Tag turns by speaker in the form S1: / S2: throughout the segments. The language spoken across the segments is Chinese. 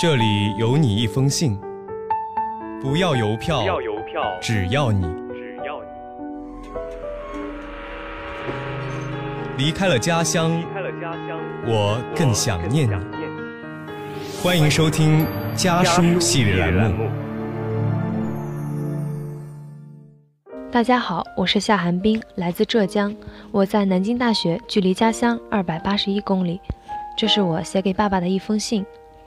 S1: 这里有你一封信，不要邮票，只要你。离开了家乡，我更想念你。欢迎收听家书系列栏目。
S2: 大家好，我是夏寒冰，来自浙江，我在南京大学，距离家乡281公里。这是我写给爸爸的一封信。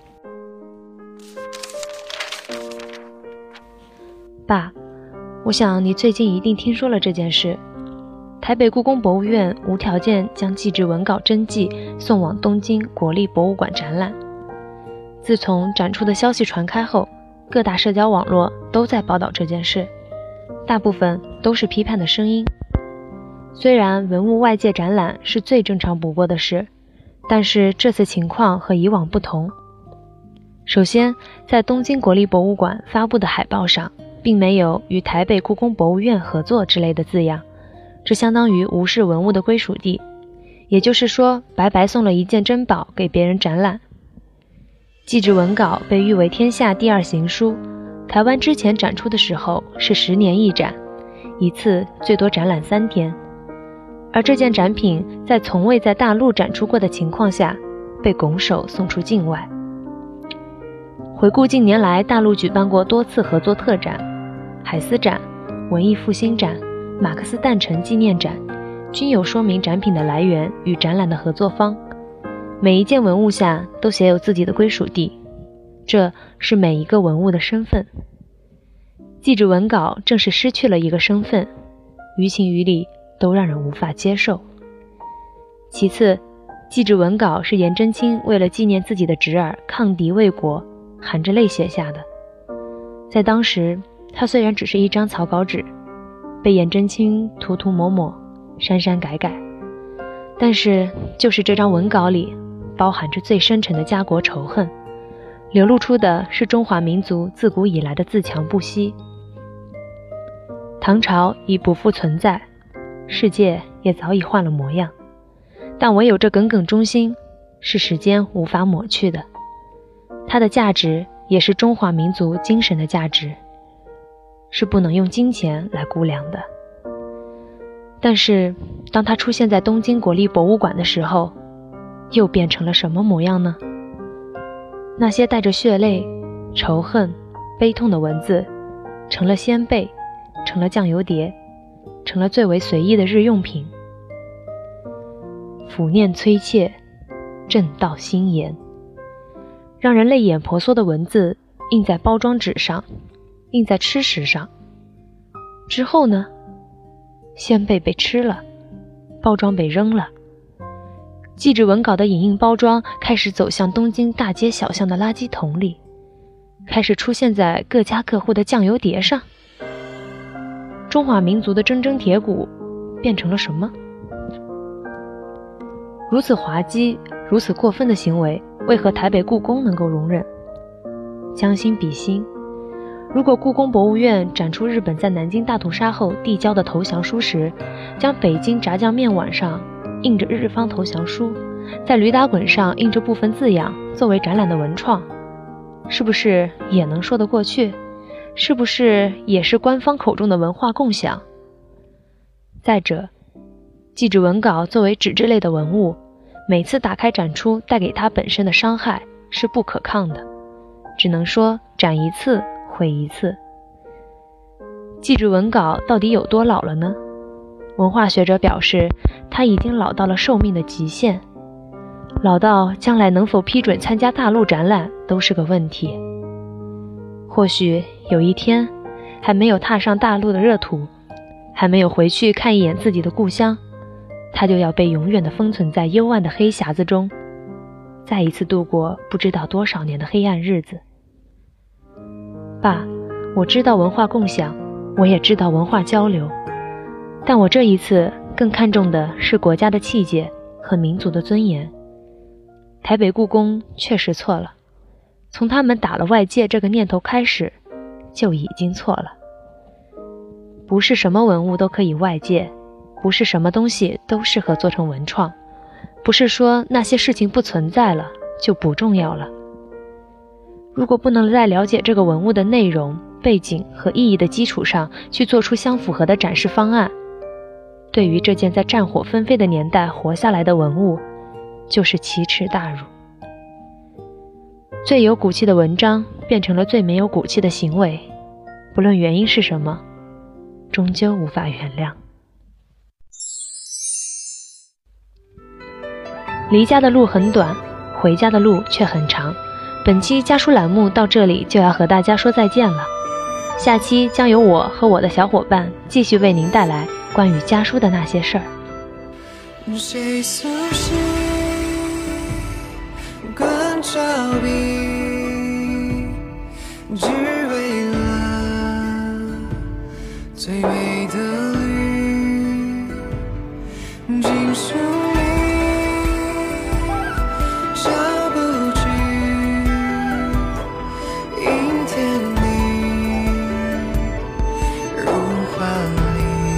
S2: 爸，我想你最近一定听说了这件事。台北故宫博物院无条件将祭侄文稿真迹送往东京国立博物馆展览。自从展出的消息传开后，各大社交网络都在报道这件事，大部分都是批判的声音。虽然文物外界展览是最正常不过的事，但是这次情况和以往不同。首先，在东京国立博物馆发布的海报上，并没有与台北故宫博物院合作之类的字样，这相当于无视文物的归属地，也就是说，白白送了一件珍宝给别人展览。祭侄文稿被誉为天下第2行书，台湾之前展出的时候是10年一展，一次最多展览3天，而这件展品在从未在大陆展出过的情况下，被拱手送出境外。回顾近年来大陆举办过多次合作特展，海思展、文艺复兴展、马克思诞辰纪念展，均有说明展品的来源与展览的合作方，每一件文物下都写有自己的归属地，这是每一个文物的身份。祭侄文稿正是失去了一个身份，于情于理都让人无法接受。其次，祭侄文稿是颜真卿为了纪念自己的侄儿抗敌卫国，含着泪写下的。在当时，它虽然只是一张草稿纸，被颜真卿涂涂抹抹、删删改改，但是就是这张文稿里包含着最深沉的家国仇恨，流露出的是中华民族自古以来的自强不息。唐朝已不复存在，世界也早已换了模样，但唯有这耿耿忠心是时间无法抹去的，它的价值也是中华民族精神的价值，是不能用金钱来估量的。但是当它出现在东京国立博物馆的时候，又变成了什么模样呢？那些带着血泪、仇恨、悲痛的文字，成了鲜贝，成了酱油碟，成了最为随意的日用品。抚念催切，震道心言，让人泪眼婆娑的文字印在包装纸上，印在吃食上。之后呢？鲜贝被吃了，包装被扔了，祭侄文稿的影印包装开始走向东京大街小巷的垃圾桶里，开始出现在各家各户的酱油碟上。中华民族的铮铮铁骨变成了什么？如此滑稽、如此过分的行为，为何台北故宫能够容忍？将心比心，如果故宫博物院展出日本在南京大屠杀后递交的投降书时，将北京炸酱面碗上印着日方投降书，在驴打滚上印着部分字样作为展览的文创，是不是也能说得过去？是不是也是官方口中的文化共享？再者，祭侄文稿作为纸质类的文物，每次打开展出带给它本身的伤害是不可抗的，只能说展一次毁一次。祭侄文稿到底有多老了呢？文化学者表示，它已经老到了寿命的极限，老到将来能否批准参加大陆展览都是个问题。或许有一天，还没有踏上大陆的热土，还没有回去看一眼自己的故乡，它就要被永远地封存在幽暗的黑匣子中，再一次度过不知道多少年的黑暗日子。爸，我知道文化共享，我也知道文化交流，但我这一次更看重的是国家的气节和民族的尊严。台北故宫确实错了，从他们打了外界这个念头开始，就已经错了。不是什么文物都可以外界，不是什么东西都适合做成文创，不是说那些事情不存在了就不重要了。 如果不能在了解这个文物的内容、背景和意义的基础上去做出相符合的展示方案，对于这件在战火纷飞的年代活下来的文物，就是奇耻大辱。最有骨气的文章变成了最没有骨气的行为，不论原因是什么，终究无法原谅。离家的路很短，回家的路却很长。本期家书栏目到这里就要和大家说再见了，下期将由我和我的小伙伴继续为您带来关于家书的那些事儿。
S3: 谁苏醒更着迷，只为了最美的绿，今生找不去阴天里如花里，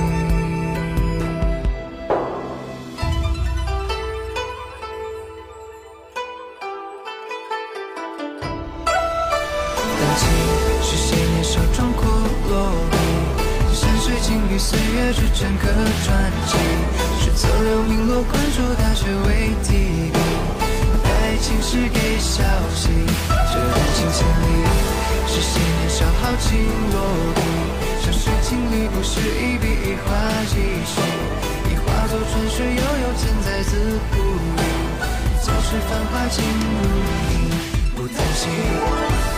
S3: 感情是谁年少壮阔落笔，山水情侣岁月之整个传奇，是曾留名落关注大学为提笔，爱情是给消息，这段情千里，是谁年少豪情落笔，像是情侣不是一笔一画几许，已化作春水悠悠潜在自不语，总是繁华尽如你，不叹息。